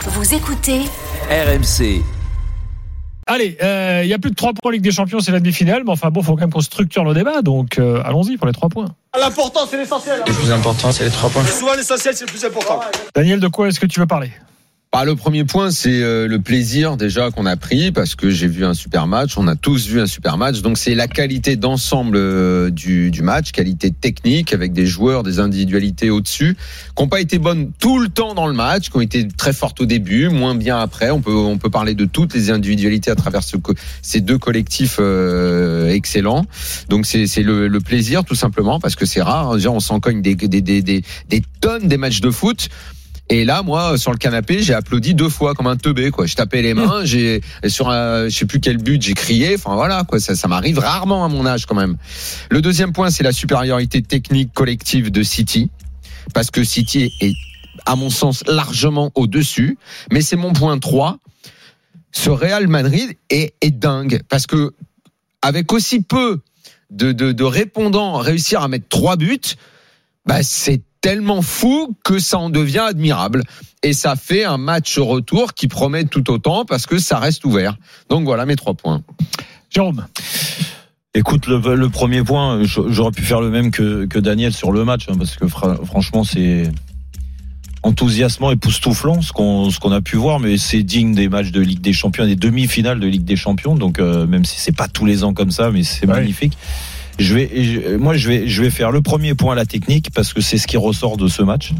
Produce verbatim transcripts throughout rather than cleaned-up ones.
Vous écoutez R M C. Allez, il euh, y a plus de trois points en Ligue des Champions, c'est la demi-finale, mais enfin bon, il faut quand même qu'on structure le débat, donc euh, allons-y pour les trois points. L'important, c'est l'essentiel. Le plus important, c'est les trois points. Souvent, l'essentiel, c'est le plus important. Daniel, de quoi est-ce que tu veux parler ? Bah, le premier point, c'est euh, le plaisir déjà qu'on a pris parce que j'ai vu un super match, on a tous vu un super match. Donc c'est la qualité d'ensemble euh, du, du match, qualité technique avec des joueurs, des individualités au-dessus, qui n'ont pas été bonnes tout le temps dans le match, qui ont été très fortes au début, moins bien après. On peut on peut parler de toutes les individualités à travers ce, ces deux collectifs euh, excellents. Donc c'est c'est le, le plaisir tout simplement parce que c'est rare. Déjà on s'en cogne des des des des, des tonnes des matchs de foot. Et là, moi, sur le canapé, j'ai applaudi deux fois comme un teubé, quoi. Je tapais les mains, j'ai sur un, je sais plus quel but, j'ai crié. Enfin voilà, quoi. Ça, ça m'arrive rarement à mon âge, quand même. Le deuxième point, c'est la supériorité technique collective de City, parce que City est, à mon sens, largement au-dessus. Mais c'est mon point trois. Ce Real Madrid est, est dingue, parce que avec aussi peu de, de, de répondants, réussir à mettre trois buts, bah c'est tellement fou que ça en devient admirable. Et ça fait un match retour qui promet tout autant parce que ça reste ouvert. Donc voilà mes trois points. Jérôme. Écoute, le, le premier point, j'aurais pu faire le même que, que Daniel sur le match, hein, parce que fra- franchement, c'est enthousiasmant, époustouflant ce qu'on, ce qu'on a pu voir, mais c'est digne des matchs de Ligue des Champions, des demi-finales de Ligue des Champions. Donc euh, même si c'est pas tous les ans comme ça, mais c'est ouais. magnifique. Je vais, je, moi, je vais, je vais faire le premier point à la technique parce que c'est ce qui ressort de ce match.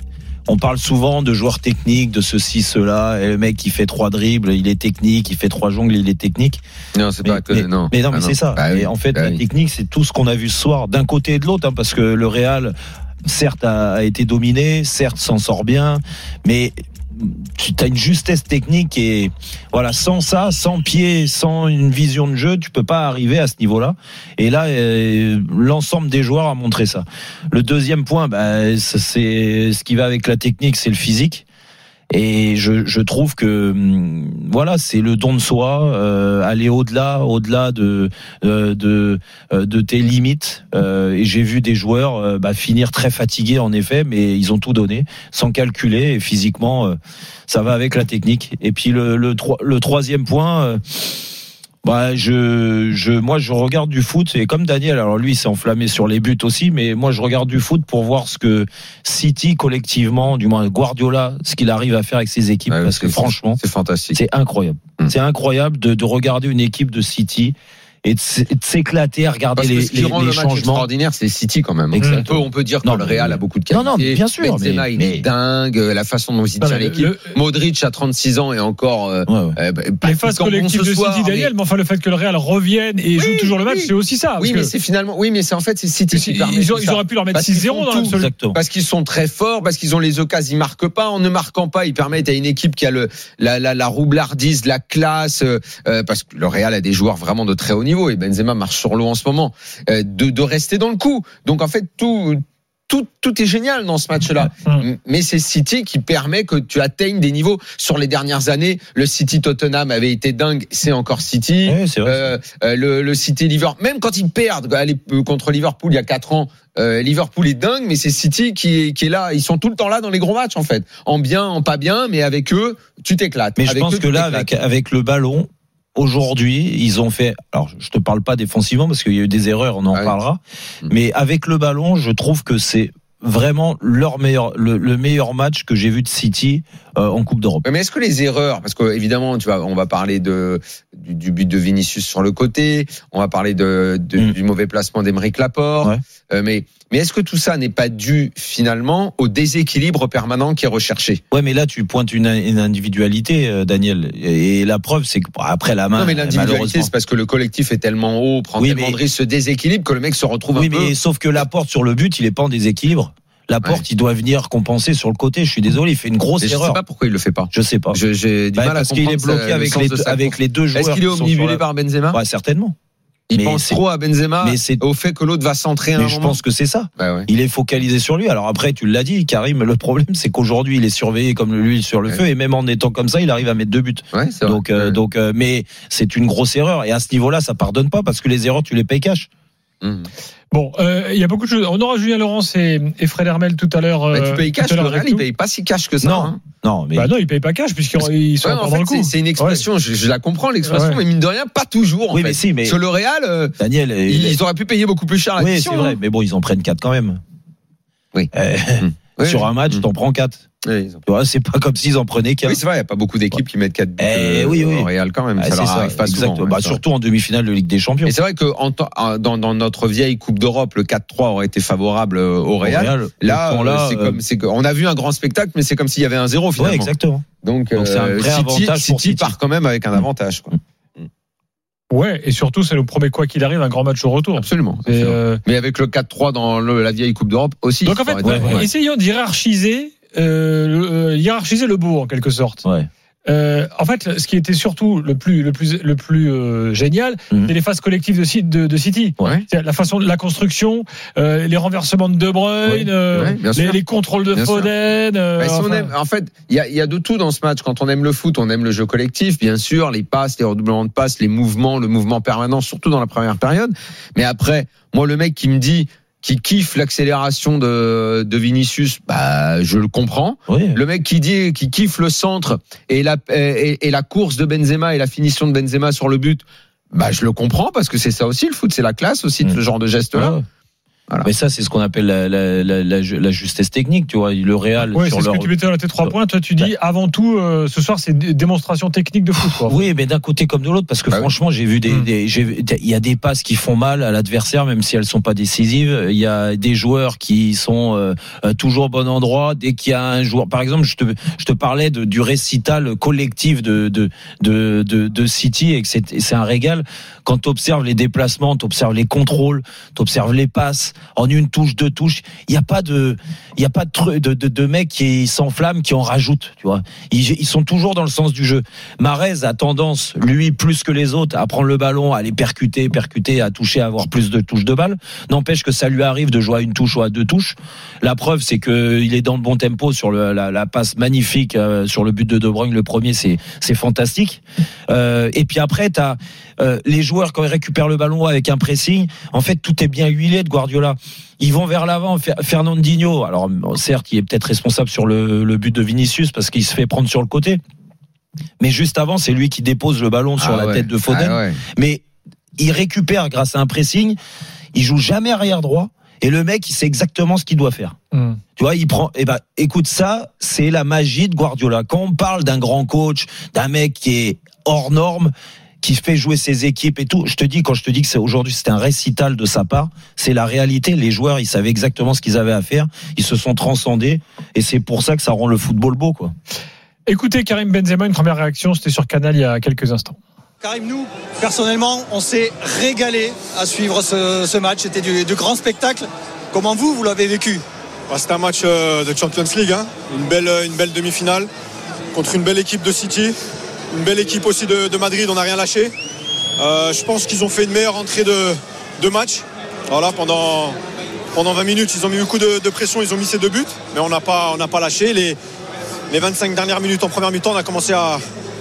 On parle souvent de joueurs techniques, de ceci, cela. Et le mec qui fait trois dribbles, il est technique. Il fait trois jongles, il est technique. Non, c'est mais, pas que mais, non. Mais non, mais ah c'est non. ça. Bah et oui. en fait, bah la oui. technique, c'est tout ce qu'on a vu ce soir, d'un côté et de l'autre, hein, parce que le Real, certes, a, a été dominé, certes, s'en sort bien, mais tu as une justesse technique et voilà, sans ça, sans pied, sans une vision de jeu, tu peux pas arriver à ce niveau-là. Et là, euh, l'ensemble des joueurs a montré ça. Le deuxième point, bah, c'est ce qui va avec la technique, c'est le physique. Et je, je trouve que voilà, c'est le don de soi, euh, aller au-delà, au-delà de de de, de tes limites. Euh, et j'ai vu des joueurs euh, bah, finir très fatigués en effet, mais ils ont tout donné, sans calculer. Et physiquement, euh, ça va avec la technique. Et puis le le, le troisième point. Euh, Bah, je, je, moi, je regarde du foot et comme Daniel, alors lui, il s'est enflammé sur les buts aussi, mais moi, je regarde du foot pour voir ce que City collectivement, du moins Guardiola, ce qu'il arrive à faire avec ses équipes, ouais, parce que franchement, c'est fantastique, c'est incroyable. Mmh. C'est incroyable de, de regarder une équipe de City et de s'éclater à regarder parce que les, ce qui les, rend les le match changements. Extraordinaire, c'est City quand même. On peut, on peut dire que non, le Real a beaucoup de qualité. Non, non, bien sûr. Benzema, mais, il mais... est dingue. La façon dont il tient l'équipe. Le... Modric à trente-six ans et encore. Euh, ouais, ouais. Euh, pas les phases collectives bon de soir, City, Daniel, mais... mais enfin le fait que le Real revienne et oui, joue toujours le match, oui. c'est aussi ça. Oui, que... mais c'est finalement. Oui, mais c'est en fait c'est City qui permet. Ils, ont, ils auraient pu leur mettre six zéro dans l'absolu. Parce qu'ils sont très forts, parce qu'ils ont les occasions, ils marquent pas. En ne marquant pas, ils permettent à une équipe qui a le la la, la roublardise, la classe. Euh, parce que le Real a des joueurs vraiment de très haut niveau et Benzema marche sur l'eau en ce moment. De, de rester dans le coup. Donc en fait tout tout tout est génial dans ce match-là. Mmh. Mais c'est City qui permet que tu atteignes des niveaux. Sur les dernières années, le City Tottenham avait été dingue, c'est encore City. Oui, c'est vrai. Euh, le, le City Liverpool, même quand ils perdent allez, contre Liverpool il y a quatre ans, euh, Liverpool est dingue, mais c'est City qui est qui est là. Ils sont tout le temps là dans les gros matchs en fait. En bien, en pas bien, mais avec eux, tu t'éclates. Mais avec je pense eux, que là, avec avec le ballon. Aujourd'hui, ils ont fait. Alors, je te parle pas défensivement parce qu'il y a eu des erreurs, on en ah oui. parlera. Mmh. Mais avec le ballon, je trouve que c'est vraiment leur meilleur, le, le meilleur match que j'ai vu de City euh, en Coupe d'Europe. Mais est-ce que les erreurs, parce que évidemment, tu vas, on va parler de du, du but de Vinicius sur le côté, on va parler de, de mmh. du mauvais placement d'Aymeric Laporte, ouais. euh, mais mais est-ce que tout ça n'est pas dû finalement au déséquilibre permanent qui est recherché ? Ouais, mais là tu pointes une, une individualité, euh, Daniel, et la preuve c'est que après la main. Non, mais l'individualité c'est parce que le collectif est tellement haut, prend oui, tellement mais... de risques, se déséquilibre que le mec se retrouve oui, un peu. Oui, mais sauf que Laporte sur le but, il est pas en déséquilibre. Laporte, ouais. il doit venir compenser sur le côté. Je suis désolé, il fait une grosse mais erreur. Je sais pas pourquoi il le fait pas. Je sais pas. Je, j'ai du bah, mal à parce qu'il est bloqué avec les, deux, avec les deux joueurs. Est-ce qu'il est omnibulé la... par Benzema ? Ouais, certainement. Il mais pense trop à Benzema, mais c'est... au fait que l'autre va centrer un mais moment. Je pense que c'est ça. Bah ouais. Il est focalisé sur lui. Alors après, tu l'as dit, Karim, le problème, c'est qu'aujourd'hui, il est surveillé comme l'huile sur le ouais. feu, et même en étant comme ça, il arrive à mettre deux buts. Ouais, c'est donc, vrai. Euh, ouais. donc, euh, mais c'est une grosse erreur. Et à ce niveau-là, ça pardonne pas parce que les erreurs, tu les payes cash. Mmh. Bon, euh, il y a beaucoup de choses. On aura Julien Laurence et, et Fred Hermel tout à l'heure. Bah, euh, tu payes cash, tout à le l'heure Real, avec il nous. paye pas si cash que ça. Non, hein. non, mais Bah non, ils payent pas cash puisqu'ils ils sont Ouais, encore en dans fait, le coup. c'est, c'est une expression, Ouais. je, je la comprends l'expression, Ouais. mais mine de rien, pas toujours. En oui, fait. mais si, mais Sur le Real, euh, Daniel, ils, il- ils auraient pu payer beaucoup plus cher la oui, mission, c'est vrai, hein. mais bon, ils en prennent quatre quand même. Oui. Euh, Oui, sur oui. un match, Mmh. t'en prends quatre. Oui, ils ont- Tu vois, c'est pas comme s'ils en prenaient qu'un. oui, c'est vrai, il n'y a pas beaucoup d'équipes qui mettent quatre buts Eh, euh, oui, oui. au Real quand même. Ah, ça c'est leur ça, arrive pas exactement. souvent. Bah, ouais, c'est vrai. surtout en demi-finale de Ligue des Champions. Et c'est vrai que en temps- en- dans, dans notre vieille Coupe d'Europe, le quatre trois aurait été favorable euh, au Real. Au Real, Là, autant euh, là, c'est euh, comme, c'est que- on a vu un grand spectacle, mais c'est comme s'il y avait un zéro ouais, finalement. exactement. Donc, Donc, c'est un euh, vrai City, avantage pour City City. part quand même avec un avantage. Quoi. Ouais, et surtout, c'est le premier quoi qu'il arrive, un grand match au retour. Absolument. Et, absolument. euh, Mais avec le quatre trois dans le- la vieille Coupe d'Europe aussi. donc en ça fait, aurait été ouais, pas mal. essayons d'hierarchiser, euh, le- euh, hiérarchiser le beau en quelque sorte. Ouais. Euh, en fait, ce qui était surtout le plus le plus le plus euh, génial, Mhm. c'est les phases collectives de, Ci- de, de City. Ouais. C'est la façon de la construction, euh, les renversements de De Bruyne, Ouais. euh, Ouais, bien les, sûr. les contrôles de Bien sûr. Foden. euh, Bah, si on enfin, aime, en fait, il y a, il y a de tout dans ce match. Quand on aime le foot, on aime le jeu collectif, bien sûr, les passes, les redoublements de passes, les mouvements, le mouvement permanent, surtout dans la première période. Mais après, moi, le mec qui me dit qui kiffe l'accélération de, de Vinicius, bah, je le comprends. Oui. Le mec qui dit qui kiffe le centre et la et, et la course de Benzema et la finition de Benzema sur le but, bah, je le comprends parce que c'est ça aussi le foot, c'est la classe aussi de ce Mmh. genre de geste-là. Ouais. Voilà. Mais ça, c'est ce qu'on appelle la, la, la, la, la justesse technique, tu vois. Le Real ouais, sur c'est ce leur. que tu mettais dans tes trois points. Toi, tu dis avant tout, euh, ce soir, c'est des démonstrations techniques de foot. Quoi. Oui, mais d'un côté comme de l'autre, parce que Bah oui. franchement, j'ai vu des, Mm. des j'ai vu- il y a des passes qui font mal à l'adversaire, même si elles sont pas décisives. Il y a des joueurs qui sont euh, euh, toujours au bon endroit. Dès qu'il y a un joueur, par exemple, je te, je te parlais de, du récital collectif de de de de, de City et que c'est, c'est un régal. Quand tu observes les déplacements, tu observes les contrôles, tu observes les passes en une touche, deux touches. Il y a pas de, il y a pas de truc de, de, de mecs qui s'enflamment, qui en rajoutent, tu vois. Ils, ils sont toujours dans le sens du jeu. Mahrez a tendance, lui, plus que les autres, à prendre le ballon, à les percuter, percuter, à toucher, à avoir plus de touches de balle. N'empêche que ça lui arrive de jouer à une touche ou à deux touches. La preuve, c'est que il est dans le bon tempo sur le, la, la passe magnifique euh, sur le but de De Bruyne. Le premier, c'est, c'est fantastique. Euh, et puis après, t'as euh, les joueurs quand ils récupèrent le ballon avec un pressing. En fait, tout est bien huilé de Guardiola. Ils vont vers l'avant. Fernandinho, alors certes, il est peut-être responsable sur le, le but de Vinicius parce qu'il se fait prendre sur le côté. Mais juste avant, c'est lui qui dépose le ballon sur Ah la ouais. tête de Foden. Ah ouais. Mais il récupère grâce à un pressing. Il joue jamais arrière droit. Et le mec, il sait exactement ce qu'il doit faire. Mm. Tu vois, il prend. Eh ben, écoute, ça, c'est la magie de Guardiola. Quand on parle d'un grand coach, d'un mec qui est hors norme, qui fait jouer ses équipes et tout, je te dis, quand je te dis que c'est aujourd'hui, c'était un récital de sa part, c'est la réalité. Les joueurs, ils savaient exactement ce qu'ils avaient à faire. Ils se sont transcendés. Et c'est pour ça que ça rend le football beau, quoi. Écoutez, Karim Benzema, une première réaction, c'était sur Canal il y a quelques instants. Karim, nous, personnellement, on s'est régalé à suivre ce, ce match. C'était du, du grand spectacle. Comment vous, vous l'avez vécu? Bah, c'était un match euh, de Champions League, hein. une belle, une belle demi-finale contre une belle équipe de City, une belle équipe aussi de, de Madrid, on n'a rien lâché. Euh, je pense qu'ils ont fait une meilleure entrée de, de match. Voilà, pendant, pendant vingt minutes, ils ont mis beaucoup de, de pression, ils ont mis ces deux buts, mais on n'a pas, on n'a pas lâché. Les, les vingt-cinq dernières minutes en première mi-temps, on a commencé à,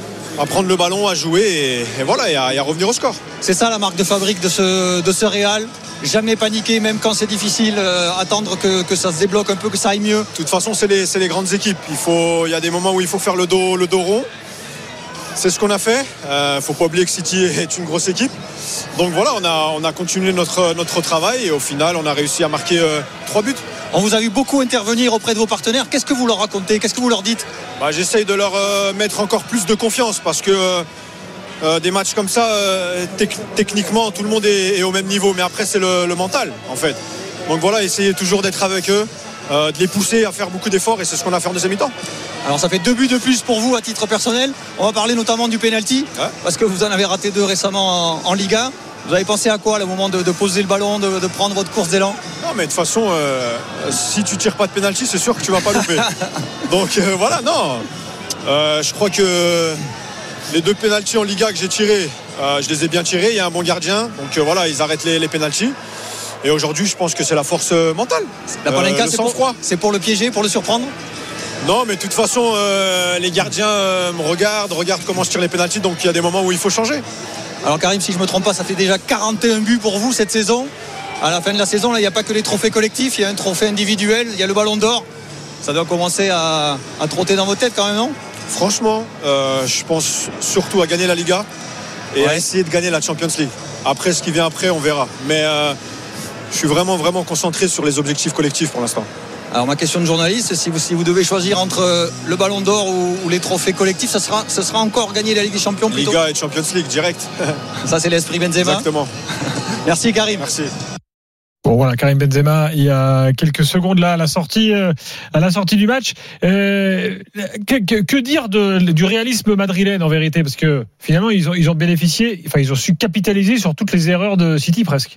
à prendre le ballon, à jouer et, et voilà, et à, et à revenir au score. C'est ça la marque de fabrique de ce, de ce Real. Jamais paniquer, même quand c'est difficile, euh, attendre que, que ça se débloque un peu, que ça aille mieux. De toute façon, c'est les, c'est les grandes équipes. Il faut, il y a des moments où il faut faire le dos, le dos rond. C'est ce qu'on a fait. Il euh, ne faut pas oublier que City est une grosse équipe. Donc voilà, on a, on a continué notre, notre travail et au final, on a réussi à marquer euh, trois buts. On vous a vu beaucoup intervenir auprès de vos partenaires. Qu'est-ce que vous leur racontez? Qu'est-ce que vous leur dites? Bah, j'essaye de leur euh, mettre encore plus de confiance parce que euh, des matchs comme ça, euh, tec- techniquement, tout le monde est, est au même niveau. Mais après, c'est le, le mental, en fait. Donc voilà, essayer toujours d'être avec eux, euh, de les pousser à faire beaucoup d'efforts et c'est ce qu'on a fait en deuxième mi-temps. Alors ça fait deux buts de plus pour vous à titre personnel. On va parler notamment du penalty, Ouais. parce que vous en avez raté deux récemment en, en Ligue un. Vous avez pensé à quoi au moment de, de poser le ballon, de, de prendre votre course d'élan? Non, mais de toute façon, euh, si tu tires pas de pénalty, c'est sûr que tu vas pas louper. Donc euh, voilà, non. Euh, je crois que les deux pénaltys en Liga que j'ai tirés, euh, je les ai bien tirés. Il y a un bon gardien, donc euh, voilà, ils arrêtent les, les pénaltys. Et aujourd'hui, je pense que c'est la force euh, mentale. La Panenka, Euh, le c'est, pour, sang-froid. c'est pour le piéger, pour le surprendre? Non, mais de toute façon, euh, les gardiens euh, me regardent, regardent comment je tire les pénaltys, donc il y a des moments où il faut changer. Alors Karim, si je ne me trompe pas, ça fait déjà quarante et un buts pour vous cette saison. à la fin de la saison, là, il n'y a pas que les trophées collectifs, il y a un trophée individuel, il y a le ballon d'or. Ça doit commencer à, à trotter dans vos têtes quand même, non ? Franchement, euh, je pense surtout à gagner la Liga et ouais. à essayer de gagner la Champions League. Après, ce qui vient après, on verra. Mais euh, je suis vraiment, vraiment concentré sur les objectifs collectifs pour l'instant. Alors ma question de journaliste, si vous, si vous devez choisir entre le Ballon d'Or ou, ou les trophées collectifs, ça sera, ça sera encore gagner la Ligue des Champions plutôt. Liga et Champions League direct. Ça c'est l'esprit Benzema. Exactement. Merci Karim. Merci. Bon voilà, Karim Benzema, il y a quelques secondes là à la sortie, euh, à la sortie du match. Euh, que, que, que dire de, du réalisme madrilène en vérité, parce que finalement ils ont, ils ont bénéficié, enfin ils ont su capitaliser sur toutes les erreurs de City presque.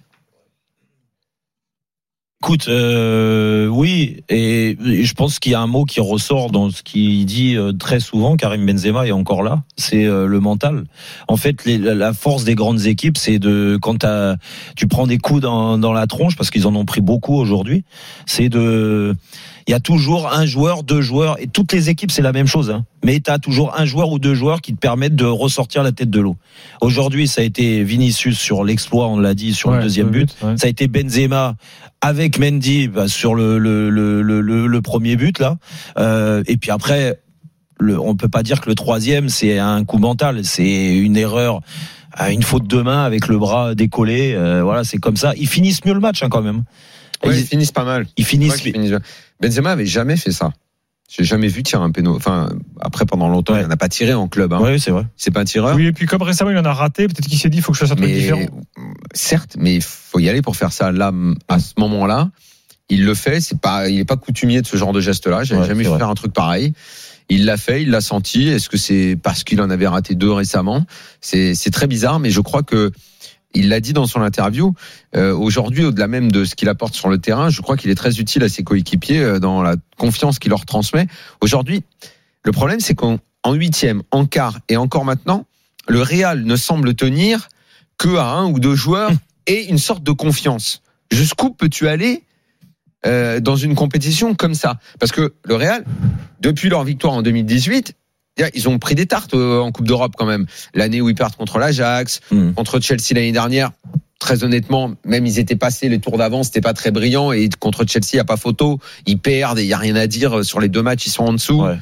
Écoute, euh, oui, et je pense qu'il y a un mot qui ressort dans ce qu'il dit très souvent, Karim Benzema est encore là, c'est le mental. En fait, les, la force des grandes équipes, c'est de quand t'as, tu prends des coups dans, dans la tronche, parce qu'ils en ont pris beaucoup aujourd'hui, c'est de... Il y a toujours un joueur, deux joueurs, et toutes les équipes c'est la même chose, hein. Mais tu as toujours un joueur ou deux joueurs qui te permettent de ressortir la tête de l'eau. Aujourd'hui, ça a été Vinicius sur l'exploit, on l'a dit, sur ouais, le deuxième but. but ouais. Ça a été Benzema avec Mendy bah, sur le, le, le, le, le premier but là. Euh, et puis après, le, on peut pas dire que le troisième c'est un coup mental, c'est une erreur. Une faute de main avec le bras décollé, euh, voilà, c'est comme ça. Ils finissent mieux le match hein, quand même. Ouais, ils, ils finissent pas mal. Ils finissent. Ils finissent... Benzema avait jamais fait ça. J'ai jamais vu tirer un péno. Enfin, après pendant longtemps, ouais. il n'en a pas tiré en club. Hein. Oui, c'est vrai. C'est pas un tireur. Oui, et puis comme récemment il en a raté, peut-être qu'il s'est dit il faut que je fasse un truc différent. Certes, mais il faut y aller pour faire ça là, à ce moment-là. Il le fait. C'est pas, il est pas coutumier de ce genre de geste-là. J'ai ouais, jamais vu vrai. faire un truc pareil. Il l'a fait, il l'a senti. Est-ce que c'est parce qu'il en avait raté deux récemment ? C'est, c'est très bizarre, mais je crois que il l'a dit dans son interview. Euh, aujourd'hui, au-delà même de ce qu'il apporte sur le terrain, je crois qu'il est très utile à ses coéquipiers dans la confiance qu'il leur transmet. Aujourd'hui, le problème, c'est qu'en huitième, en quart et encore maintenant, le Real ne semble tenir que à un ou deux joueurs et une sorte de confiance. Jusqu'où peux-tu aller euh, dans une compétition comme ça ? Parce que le Real, depuis leur victoire en deux mille dix-huit, ils ont pris des tartes en Coupe d'Europe quand même. L'année où ils perdent contre l'Ajax, mmh. contre Chelsea l'année dernière. Très honnêtement, même ils étaient passés les tours d'avance, c'était pas très brillant. Et contre Chelsea, il y a pas photo. Ils perdent et il y a rien à dire sur les deux matchs. Ils sont en dessous. Ouais.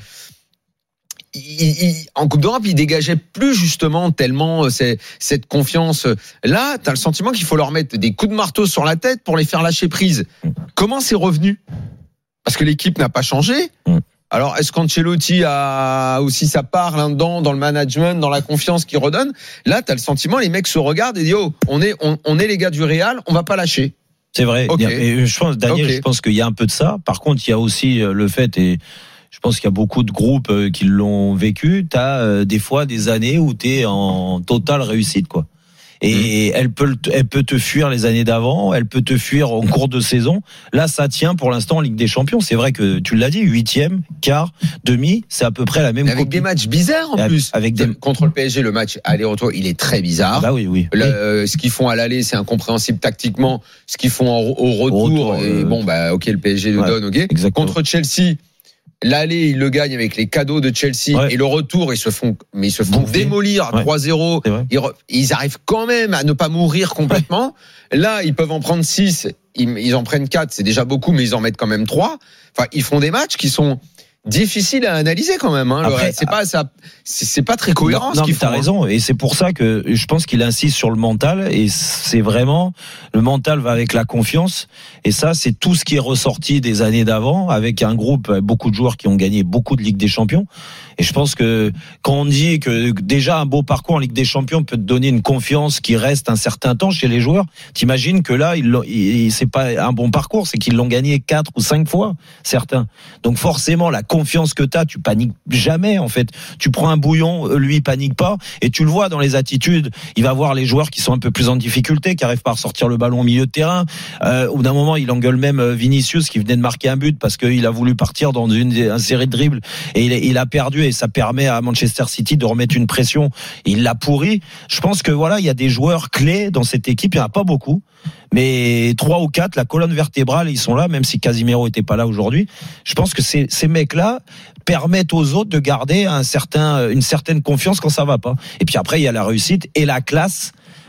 Ils, ils, en Coupe d'Europe, ils dégageaient plus justement tellement c'est, cette confiance. Là, t'as le sentiment qu'il faut leur mettre des coups de marteau sur la tête pour les faire lâcher prise. Mmh. Comment c'est revenu ? Parce que l'équipe n'a pas changé. Mmh. Alors, est-ce qu'Ancelotti a aussi sa part là-dedans, dans le management, dans la confiance qu'il redonne ? Là, t'as le sentiment, les mecs se regardent et disent, oh, on est, on, on est les gars du Real, on va pas lâcher. C'est vrai. Okay. Et je pense, Daniel, okay. je pense qu'il y a un peu de ça. Par contre, il y a aussi le fait, et je pense qu'il y a beaucoup de groupes qui l'ont vécu, t'as des fois des années où t'es en totale réussite, quoi. Et mmh. elle peut, elle peut te fuir les années d'avant, elle peut te fuir en cours de saison. Là, ça tient pour l'instant en Ligue des Champions. C'est vrai que tu l'as dit, huitième, quart, demi, c'est à peu près la même. Avec copie. Des matchs bizarres en plus. Avec des... Contre le P S G, le match aller-retour, il est très bizarre. Ah bah oui, oui. Le, euh, ce qu'ils font à l'aller, c'est incompréhensible tactiquement. Ce qu'ils font en, au retour, au retour et euh... bon bah ok, le P S G le ouais, donne, ok. Exactement. Contre Chelsea. L'aller, ils le gagnent avec les cadeaux de Chelsea ouais. et le retour, ils se font, mais ils se font Bouffé. démolir à ouais. trois zéro. Ils, ils arrivent quand même à ne pas mourir complètement. Là, ils peuvent en prendre six, ils, ils en prennent quatre, c'est déjà beaucoup, mais ils en mettent quand même trois. Enfin, ils font des matchs qui sont difficiles à analyser quand même. Hein. Après, c'est pas ça, c'est, c'est pas très cohérent. Non, ce non qu'ils mais t'as font, raison. Hein. Et c'est pour ça que je pense qu'il insiste sur le mental. Et c'est vraiment le mental va avec la confiance. Et ça, c'est tout ce qui est ressorti des années d'avant, avec un groupe, beaucoup de joueurs qui ont gagné beaucoup de Ligue des Champions. Et je pense que quand on dit que déjà un beau parcours en Ligue des Champions peut te donner une confiance qui reste un certain temps chez les joueurs, t'imagines que là, ils, ils, c'est pas un bon parcours, c'est qu'ils l'ont gagné quatre ou cinq fois, certains. Donc forcément, la confiance que t'as, tu paniques jamais en fait. Tu prends un bouillon, lui il panique pas, et tu le vois dans les attitudes. Il va voir les joueurs qui sont un peu plus en difficulté, qui arrivent pas à ressortir le ballon au milieu de terrain. Euh, au bout d'un moment, il engueule même Vinicius qui venait de marquer un but parce qu'il a voulu partir dans une, une série de dribbles et il, il a perdu. Et ça permet à Manchester City de remettre une pression. Il l'a pourri. Je pense que voilà, il y a des joueurs clés dans cette équipe. Il n'y en a pas beaucoup, mais trois ou quatre, la colonne vertébrale, ils sont là, même si Casemiro était pas là aujourd'hui. Je pense que ces, ces mecs-là permettent aux autres de garder un certain, une certaine confiance quand ça va pas. Et puis après, il y a la réussite et la classe.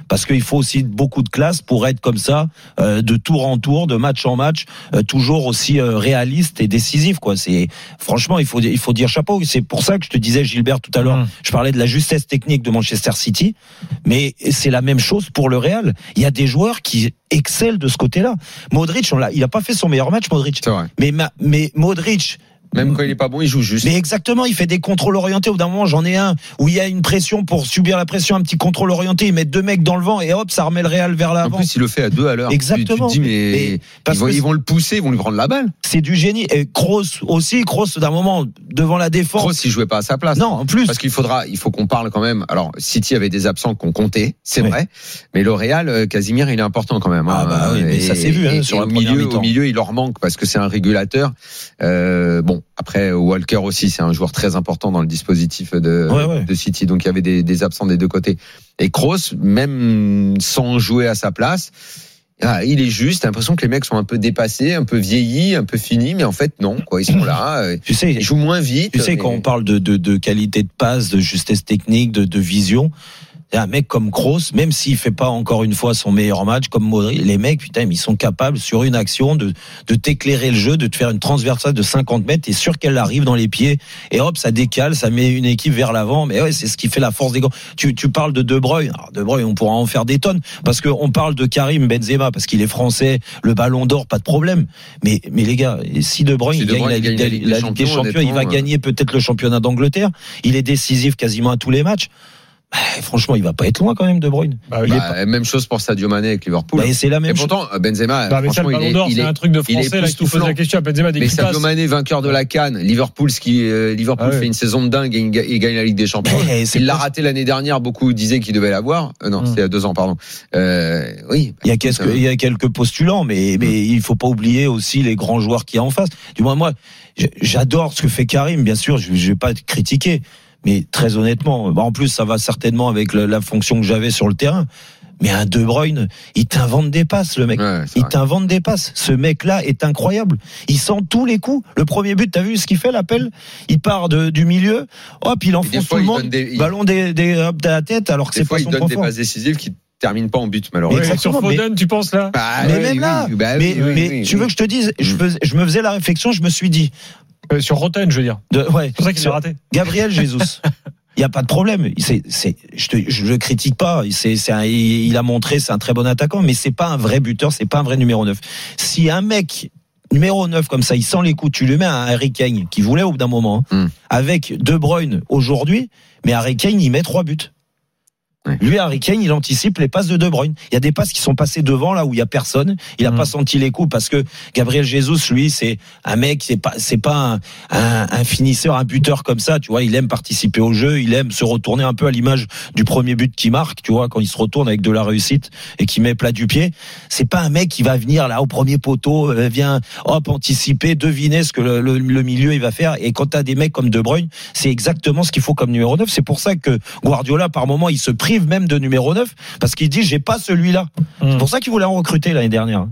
parce qu'il faut aussi beaucoup de classe pour être comme ça, euh, de tour en tour, de match en match, euh, toujours aussi euh, réaliste et décisif, quoi. C'est franchement, il faut il faut dire chapeau. C'est pour ça que je te disais, Gilbert, tout à l'heure, mmh. je parlais de la justesse technique de Manchester City, mais c'est la même chose pour le Real. Il y a des joueurs qui excellent de ce côté-là. Modric, on l'a, il a pas fait son meilleur match, Modric. C'est vrai. Mais ma, mais Modric. Même quand il est pas bon, il joue juste. Mais exactement, il fait des contrôles orientés. Au bout d'un moment, j'en ai un où il y a une pression pour subir la pression, un petit contrôle orienté. Il met deux mecs dans le vent et hop, ça remet le Real vers l'avant. En plus, il le fait à deux à l'heure. Exactement. Tu, tu te dis, mais, mais parce ils, vont, que ils vont le pousser, ils vont lui prendre la balle. C'est du génie. Et Kroos aussi, Kroos d'un moment devant la défense. Kroos, il jouait pas à sa place. Non, en plus. Parce qu'il faudra, il faut qu'on parle quand même. Alors, City avait des absents qu'on comptait, c'est oui. vrai. Mais le Real, Casimir, il est important quand même. Ah hein. bah oui, mais et, ça s'est vu hein, et, sur et la au première milieu, mi-temps. Au milieu, il leur manque parce que c'est un régulateur. Euh, bon, après, Walker aussi, c'est un joueur très important dans le dispositif de, ouais, ouais. de City. Donc, il y avait des, des absents des deux côtés. Et Kroos, même sans jouer à sa place, ah, il est juste. T'as l'impression que les mecs sont un peu dépassés, un peu vieillis, un peu finis, mais en fait non, quoi. Ils sont là. Tu sais, ils jouent moins vite. Tu sais, mais... quand on parle de, de, de qualité de passe, de justesse technique, de, de vision, un mec comme Kroos, même s'il fait pas encore une fois son meilleur match, comme Modric, les mecs, putain, ils sont capables sur une action de, de t'éclairer le jeu, de te faire une transversale de cinquante mètres, t'es sûr qu'elle arrive dans les pieds, et hop, ça décale, ça met une équipe vers l'avant, mais ouais, c'est ce qui fait la force des grands. Tu, tu parles de De Bruyne, alors De Bruyne, on pourra en faire des tonnes, parce que on parle de Karim Benzema, parce qu'il est français, le ballon d'or, pas de problème, mais, mais les gars, si De Bruyne, si il De gagne Bruyne, la, il gagne la, la Ligue des la Ligue Champions, des Champions, il va ouais. gagner peut-être le championnat d'Angleterre, il est décisif quasiment à tous les matchs. Bah, franchement, il va pas être loin quand même, De Bruyne. Bah, il bah, est pas... Même chose pour Sadio Mané avec Liverpool. Bah, c'est la même et pourtant, Benzema, bah, franchement, ça, le il, est, il est, c'est un truc de français là qui te pose la question. Benzema, mais Sadio Mané, vainqueur de la CAN, Liverpool, ce qui, euh, Liverpool ah, fait ouais. une saison de dingue et il, il gagne la Ligue des Champions. Mais, il l'a raté l'année dernière. Beaucoup disaient qu'il devait l'avoir. Euh, non, hum. c'était il y a deux ans, pardon. Euh, oui. Il y a quelques, il y a quelques postulants, mais, mais hum. il faut pas oublier aussi les grands joueurs qu'il y a en face. Du moins, moi, j'adore ce que fait Karim. Bien sûr, je, je vais pas critiquer. Mais très honnêtement, en plus ça va certainement avec la, la fonction que j'avais sur le terrain. Mais un De Bruyne, il t'invente des passes, le mec. Ouais, il vrai. t'invente des passes. Ce mec-là est incroyable. Il sent tous les coups. Le premier but, t'as vu ce qu'il fait, l'appel? Il part de, du milieu, hop, il enfonce tout le monde, des, ballon des, des, hop, de la tête, alors que c'est pas son point fort. Il donne des passes décisives qui termine pas en but, malheureusement. Ouais, sur Foden, mais, tu penses là? Bah, mais oui, même là. Oui, bah, mais, oui, mais oui, tu oui. veux que je te dise, je, fais, je me faisais la réflexion, je me suis dit. Euh, sur Roten, je veux dire. De, ouais. C'est pour ça qu'il l'a raté. Gabriel Jesus. Il y a pas de problème. C'est, c'est, je te, je le critique pas. C'est, c'est un, il a montré, c'est un très bon attaquant, mais c'est pas un vrai buteur, c'est pas un vrai numéro neuf. Si un mec, numéro neuf comme ça, il sent les coups, tu lui mets un Harry Kane, qui voulait au bout d'un moment, hein, mm. avec De Bruyne aujourd'hui, mais Harry Kane, il met trois buts. Ouais. Lui, Harry Kane, il anticipe les passes de De Bruyne. Il y a des passes qui sont passées devant là où il y a personne. Il a mmh. pas senti les coups parce que Gabriel Jesus, lui, c'est un mec, c'est pas, c'est pas un, un, un finisseur, un buteur comme ça. Tu vois, il aime participer au jeu, il aime se retourner un peu à l'image du premier but qu'il marque. Tu vois, quand il se retourne avec de la réussite et qu'il met plat du pied. C'est pas un mec qui va venir là au premier poteau, euh, vient hop anticiper, deviner ce que le, le, le milieu il va faire. Et quand t'as des mecs comme De Bruyne, c'est exactement ce qu'il faut comme numéro neuf. C'est pour ça que Guardiola, par moment, il se prive même de numéro neuf parce qu'il dit j'ai pas celui-là. Mmh. C'est pour ça qu'il voulait en recruter l'année dernière.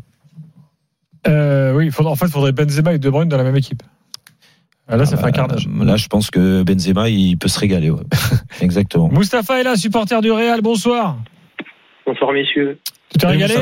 Euh, oui, faudra, en fait, il faudrait Benzema et De Bruyne dans la même équipe. Là, ah ça bah, fait un carnage. Là, je pense que Benzema, il peut se régaler. Ouais. Exactement. Moustapha est là, supporter du Real. Bonsoir. Bonsoir, messieurs. Tu t'es régalé?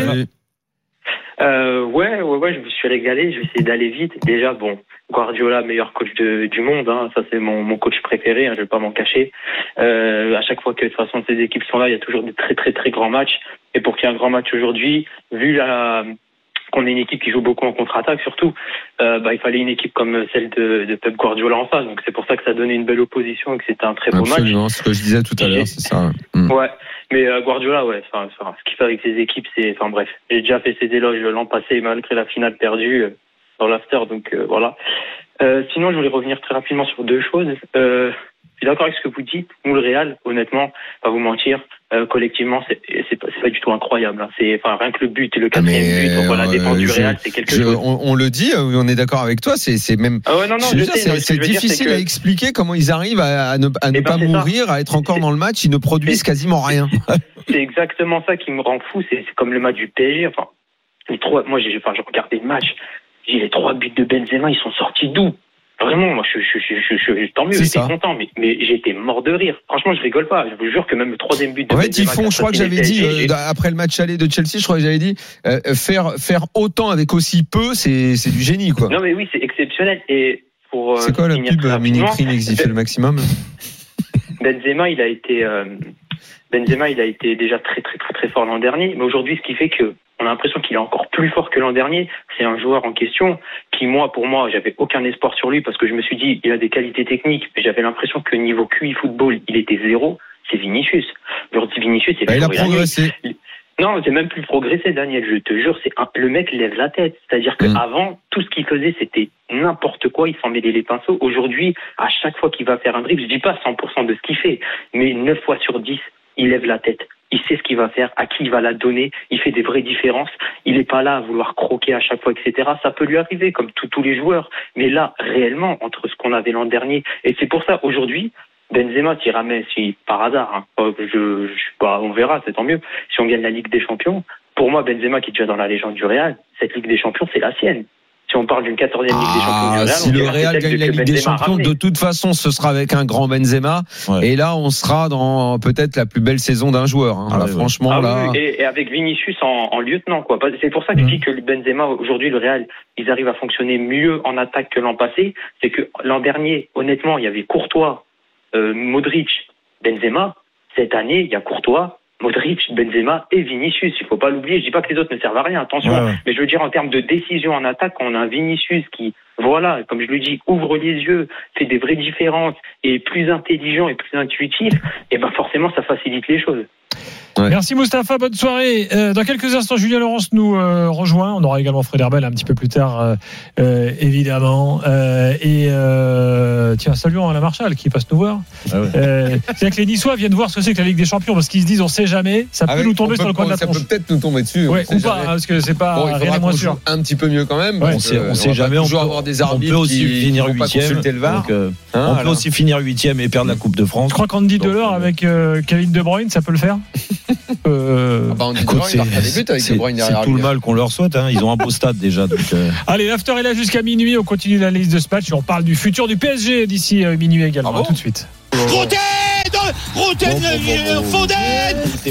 euh, ouais, ouais, ouais, je me suis régalé. Je vais essayer d'aller vite. Déjà, bon, Guardiola, meilleur coach de, du monde, hein. Ça c'est mon, mon coach préféré, hein, je vais pas m'en cacher. Euh, à chaque fois que de toute façon ces équipes sont là, il y a toujours des très très très grands matchs. Et pour qu'il y ait un grand match aujourd'hui, vu la, qu'on ait une équipe qui joue beaucoup en contre-attaque surtout, euh, bah il fallait une équipe comme celle de, de Pep Guardiola en face. Donc c'est pour ça que ça donnait une belle opposition et que c'était un très beau match. Absolument, ce que je disais tout à l'heure, c'est ça. Mmh. Ouais. Mais euh, Guardiola, ouais, enfin, enfin, ce qu'il fait avec ses équipes, c'est, enfin bref, j'ai déjà fait ses éloges l'an passé malgré la finale perdue. Euh, dans l'after, donc euh, voilà. Euh, sinon, je voulais revenir très rapidement sur deux choses. Euh, je suis d'accord avec ce que vous dites. Nous, le Real, honnêtement, pas vous mentir, euh, collectivement, c'est, c'est, pas, c'est pas du tout incroyable. Hein. C'est, enfin, rien que le but et le quatrième mais but, voilà, euh, défense du Real, c'est quelque je, chose. On, on le dit, on est d'accord avec toi. C'est, c'est même. Ah ouais, non, non, je je sais, c'est, non, c'est difficile dire, c'est à que... expliquer comment ils arrivent à, à ne, à ne ben, pas mourir, ça. à être encore c'est... dans le match. Ils ne produisent c'est... quasiment rien. C'est exactement ça qui me rend fou. C'est, c'est comme le match du P S G. Enfin, les trois. Moi, j'ai, enfin, j'ai regardé le match. J'ai les trois buts de Benzema, ils sont sortis d'où? Vraiment, moi, je, je, je, je, je, je tant mieux, C'est j'étais ça. content, mais, mais j'étais mort de rire. Franchement, je rigole pas. Je vous jure que même le troisième but de En fait, ils Benzema, font, je crois que qui a j'avais dit, assassiné le euh, P S G, après le match aller de Chelsea, je crois que j'avais dit, euh, faire, faire autant avec aussi peu, c'est, c'est du génie, quoi. Non, mais oui, c'est exceptionnel. Et pour, euh, C'est quoi la finir pub très Mini rapidement, Prix fait le maximum? Benzema, il a été, euh, Benzema, il a été déjà très, très, très, très fort l'an dernier. Mais aujourd'hui, ce qui fait que on a l'impression qu'il est encore plus fort que l'an dernier, c'est un joueur en question qui, moi, pour moi, j'avais aucun espoir sur lui parce que je me suis dit, il a des qualités techniques, mais j'avais l'impression que niveau Q I football, il était zéro. C'est Vinicius. Aujourd'hui, Vinicius, c'est Bah, il a le jour et la nuit. progressé. Non, c'est même plus progressé, Daniel. Je te jure, c'est un... le mec lève la tête. C'est-à-dire que Mm. avant, tout ce qu'il faisait, c'était n'importe quoi. Il s'en mêlait les pinceaux. Aujourd'hui, à chaque fois qu'il va faire un dribble, je dis pas cent pour cent de ce qu'il fait, mais neuf fois sur dix, il lève la tête. Il sait ce qu'il va faire, à qui il va la donner. Il fait des vraies différences. Il n'est pas là à vouloir croquer à chaque fois, et cetera. Ça peut lui arriver, comme tous tous les joueurs. Mais là, réellement, entre ce qu'on avait l'an dernier, et c'est pour ça, aujourd'hui, Benzema tira, mais si par hasard, hein, je, je, bah, on verra, c'est tant mieux. Si on gagne la Ligue des Champions, pour moi, Benzema qui est déjà dans la légende du Real, cette Ligue des Champions, c'est la sienne. Si on parle d'une quatorzième Ligue des Champions du Ah, Real, si on le dira Real peut-être gagne que la Ligue des Benzema a Champions, ramené. de toute façon, ce sera avec un grand Benzema. Ouais. Et là, on sera dans peut-être la plus belle saison d'un joueur. Hein. Ah Là, ouais, ouais. franchement, Ah là. oui, et, et avec Vinicius en, en lieutenant, quoi. C'est pour ça que je dis que le Benzema, aujourd'hui, le Real, ils arrivent à fonctionner mieux en attaque que l'an passé. C'est que l'an dernier, honnêtement, il y avait Courtois, euh, Modric, Benzema. Cette année, il y a Courtois, Modric, Benzema et Vinicius. Il faut pas l'oublier. Je dis pas que les autres ne servent à rien, attention. Ouais, ouais. Mais je veux dire, en termes de décision en attaque, on a un Vinicius qui, voilà, comme je le dis, ouvre les yeux, fait des vraies différences, et est plus intelligent et plus intuitif, et ben forcément, ça facilite les choses. Ouais. Merci Mustapha, bonne soirée. Euh, dans quelques instants, Julien Laurence nous euh, rejoint. On aura également Fred Herbel un petit peu plus tard, euh, euh, évidemment. Euh, et euh, tiens, saluons à la Marshall qui passe nous voir. Ah ouais. Euh, c'est-à-dire que les Niçois viennent voir ce que c'est que la Ligue des Champions parce qu'ils se disent, on sait jamais, ça peut Ah oui, nous tomber on sur peut- le coin de la ça tronche. peut peut-être nous tomber dessus. on Ouais, sait ou pas, jamais. hein, parce que c'est pas Bon, il rien faudra n'est moins qu'on sûr. joue un petit peu mieux quand même. Ouais. donc, On sait, euh, on sait va jamais. pas On toujours peut, avoir des on arbitres peut aussi qui finir vont pas huitième. consulter le V A R. donc, euh, Hein, on peut alors. aussi finir huitième et perdre la Coupe de France. Je crois qu'Andy Donc, Delors euh, avec euh, Kevin De Bruyne, ça peut le faire. euh, Ah bah, on dit Écoute, Bruyne, il marque des buts avec c'est De Bruyne c'est derrière tout lui. le mal qu'on leur souhaite. Hein. Ils ont un beau stade déjà. Donc, euh, Allez, l'after est là jusqu'à minuit. On continue l'analyse de ce match et on parle du futur du P S G d'ici euh, minuit également. Ah bon À tout de suite. Roten Roten Foden